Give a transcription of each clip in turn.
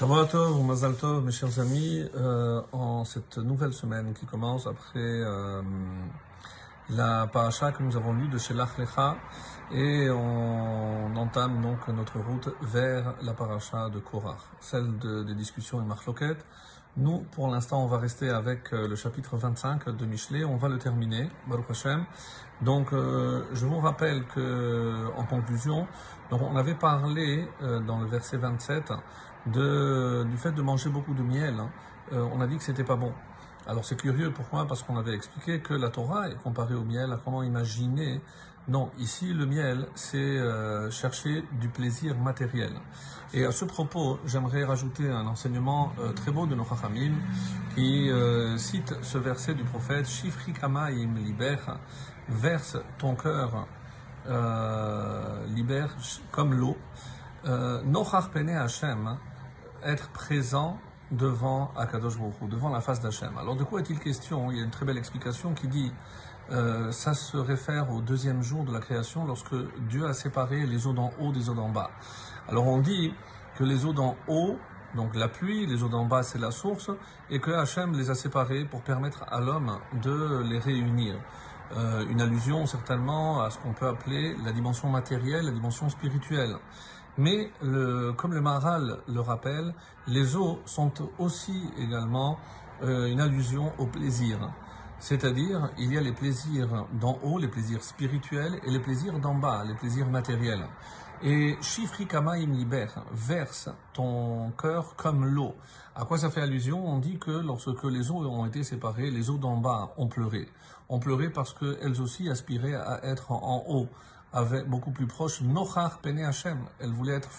Shavua Tov ou Mazal Tov, mes chers amis, en cette nouvelle semaine qui commence après la paracha que nous avons lue de Shelach Lecha, et on entame donc notre route vers la paracha de Korach, celle des discussions et Marloquet. Nous, pour l'instant, on va rester avec le chapitre 25 de Michelet, on va le terminer, Baruch Hashem. Donc, je vous rappelle que, en conclusion, donc on avait parlé dans le verset 27 du fait de manger beaucoup de miel. On a dit que c'était pas bon. Alors c'est curieux, pourquoi? Parce qu'on avait expliqué que la Torah est comparée au miel. À comment imaginer? Non, ici le miel, c'est chercher du plaisir matériel. Et à ce propos, j'aimerais rajouter un enseignement très beau de nos Chachamim qui cite ce verset du prophète: Shifri kamaim liber, verse ton cœur, libère comme l'eau. Nochach pene Hashem, être présent devant Akadosh Baruch Hu, devant la face d'Hachem. Alors de quoi est-il question? Il y a une très belle explication qui dit ça se réfère au deuxième jour de la création, lorsque Dieu a séparé les eaux d'en haut des eaux d'en bas. Alors on dit que les eaux d'en haut, donc la pluie, les eaux d'en bas c'est la source, et que Hachem les a séparées pour permettre à l'homme de les réunir. Une allusion certainement à ce qu'on peut appeler la dimension matérielle, la dimension spirituelle. Mais comme le Maharal le rappelle, les eaux sont aussi également une allusion au plaisir. C'est-à-dire, il y a les plaisirs d'en haut, les plaisirs spirituels, et les plaisirs d'en bas, les plaisirs matériels. Et Shifri kamaim liber, verse ton cœur comme l'eau. À quoi ça fait allusion? On dit que lorsque les eaux ont été séparées, les eaux d'en bas ont pleuré. Ont pleuré parce qu'elles aussi aspiraient à être en haut, avec beaucoup plus proche, Nochach pene Hashem. Elle voulait être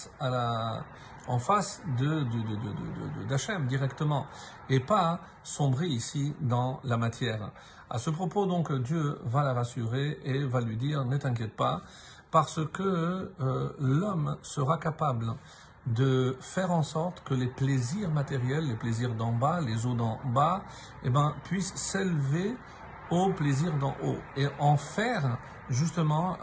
en face d'Hachem directement, et pas sombrer ici dans la matière. À ce propos, donc, Dieu va la rassurer et va lui dire: ne t'inquiète pas, parce que l'homme sera capable de faire en sorte que les plaisirs matériels, les plaisirs d'en bas, les eaux d'en bas, puissent s'élever au plaisir d'en haut, et en faire justement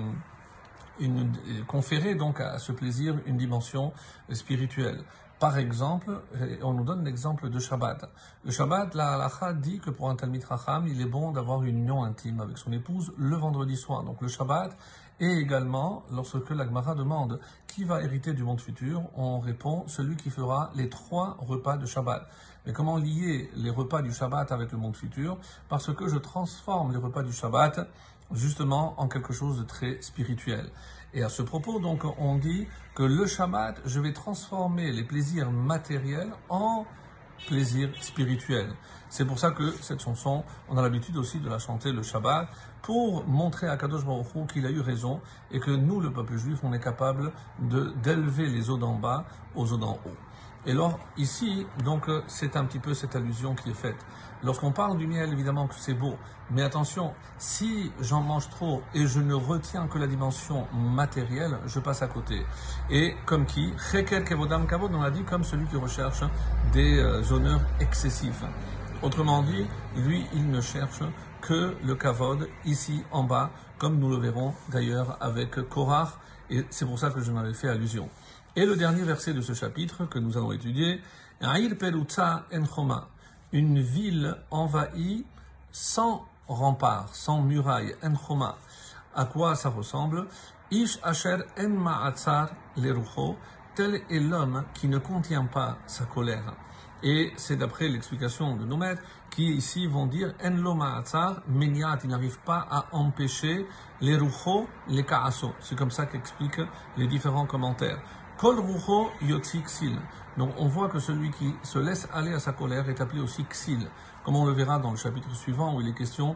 conférer donc à ce plaisir une dimension spirituelle. Par exemple, on nous donne l'exemple de Shabbat. Le Shabbat, la halakha dit que pour un Talmid Chacham, il est bon d'avoir une union intime avec son épouse le vendredi soir. Donc le Shabbat, et également, lorsque la Gemara demande qui va hériter du monde futur, on répond celui qui fera les 3 repas de Shabbat. Mais comment lier les repas du Shabbat avec le monde futur? Parce que je transforme les repas du Shabbat justement en quelque chose de très spirituel. Et à ce propos, donc, on dit que le Shabbat, je vais transformer les plaisirs matériels en plaisirs spirituels. C'est pour ça que cette chanson, on a l'habitude aussi de la chanter le Shabbat, pour montrer à Kadosh Baruch Hu qu'il a eu raison, et que nous, le peuple juif, on est capable d'élever les eaux d'en bas aux eaux d'en haut. Et alors, ici, donc, c'est un petit peu cette allusion qui est faite. Lorsqu'on parle du miel, évidemment que c'est beau, mais attention, si j'en mange trop et je ne retiens que la dimension matérielle, je passe à côté. Et comme qui? Cheker kevodam kavod, on a dit, comme celui qui recherche des honneurs excessifs. Autrement dit, lui, il ne cherche que le kavod, ici en bas, comme nous le verrons d'ailleurs avec Korach, et c'est pour ça que je m'avais fait allusion. Et le dernier verset de ce chapitre que nous allons étudier, Aïr Perutza en Choma, une ville envahie sans rempart, sans muraille, en Choma. À quoi ça ressemble? Ish Asher en Ma'atzar lerucho, tel est l'homme qui ne contient pas sa colère. Et c'est d'après l'explication de nos maîtres qui ici vont dire en lo ma'atzar meniat, il n'arrive pas à empêcher les rucho, les ka'aso. C'est comme ça qu'expliquent les différents commentaires. Kol rucho yotzi ksil. Donc on voit que celui qui se laisse aller à sa colère est appelé aussi ksil, comme on le verra dans le chapitre suivant où il est question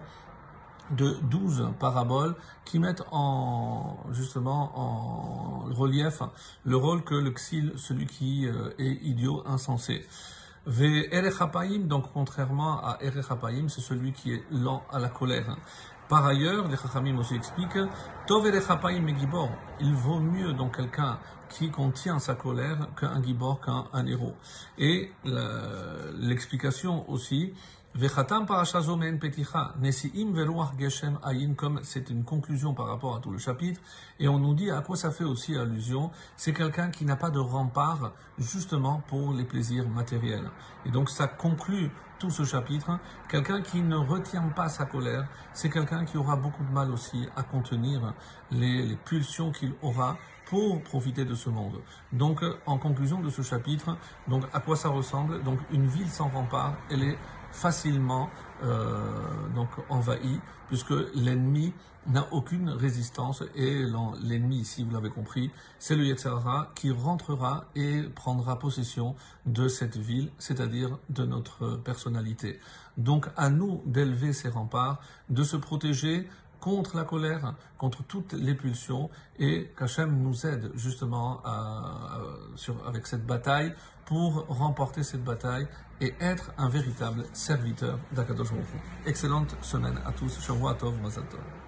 de 12 paraboles qui mettent justement en relief le rôle que le ksil, celui qui est idiot, insensé. Ve'erechapaim, donc contrairement à erechapaim, c'est celui qui est lent à la colère. Par ailleurs, les Chachamim aussi expliquent, Tov erechapaim et gibor, il vaut mieux donc quelqu'un qui contient sa colère qu'un gibor, qu'un héros. Et l'explication aussi Vechatam parashazo men peticha, nesiim veruach geshem ayin, comme c'est une conclusion par rapport à tout le chapitre, et on nous dit à quoi ça fait aussi allusion, c'est quelqu'un qui n'a pas de rempart, justement pour les plaisirs matériels. Et donc ça conclut tout ce chapitre. Quelqu'un qui ne retient pas sa colère, c'est quelqu'un qui aura beaucoup de mal aussi à contenir les pulsions qu'il aura pour profiter de ce monde. Donc, en conclusion de ce chapitre, donc à quoi ça ressemble? Donc, une ville sans rempart, elle est facilement donc envahie, puisque l'ennemi n'a aucune résistance, et l'ennemi ici, vous l'avez compris, c'est le Yetzer Hara qui rentrera et prendra possession de cette ville, c'est-à-dire de notre personnalité. Donc, à nous d'élever ces remparts, de se protéger contre la colère, contre toutes les pulsions, et qu'Hachem nous aide justement avec cette bataille pour remporter cette bataille et être un véritable serviteur d'Akadosh Baruch Hu. Excellente semaine à tous. Shavua Tov, Mazal Tov.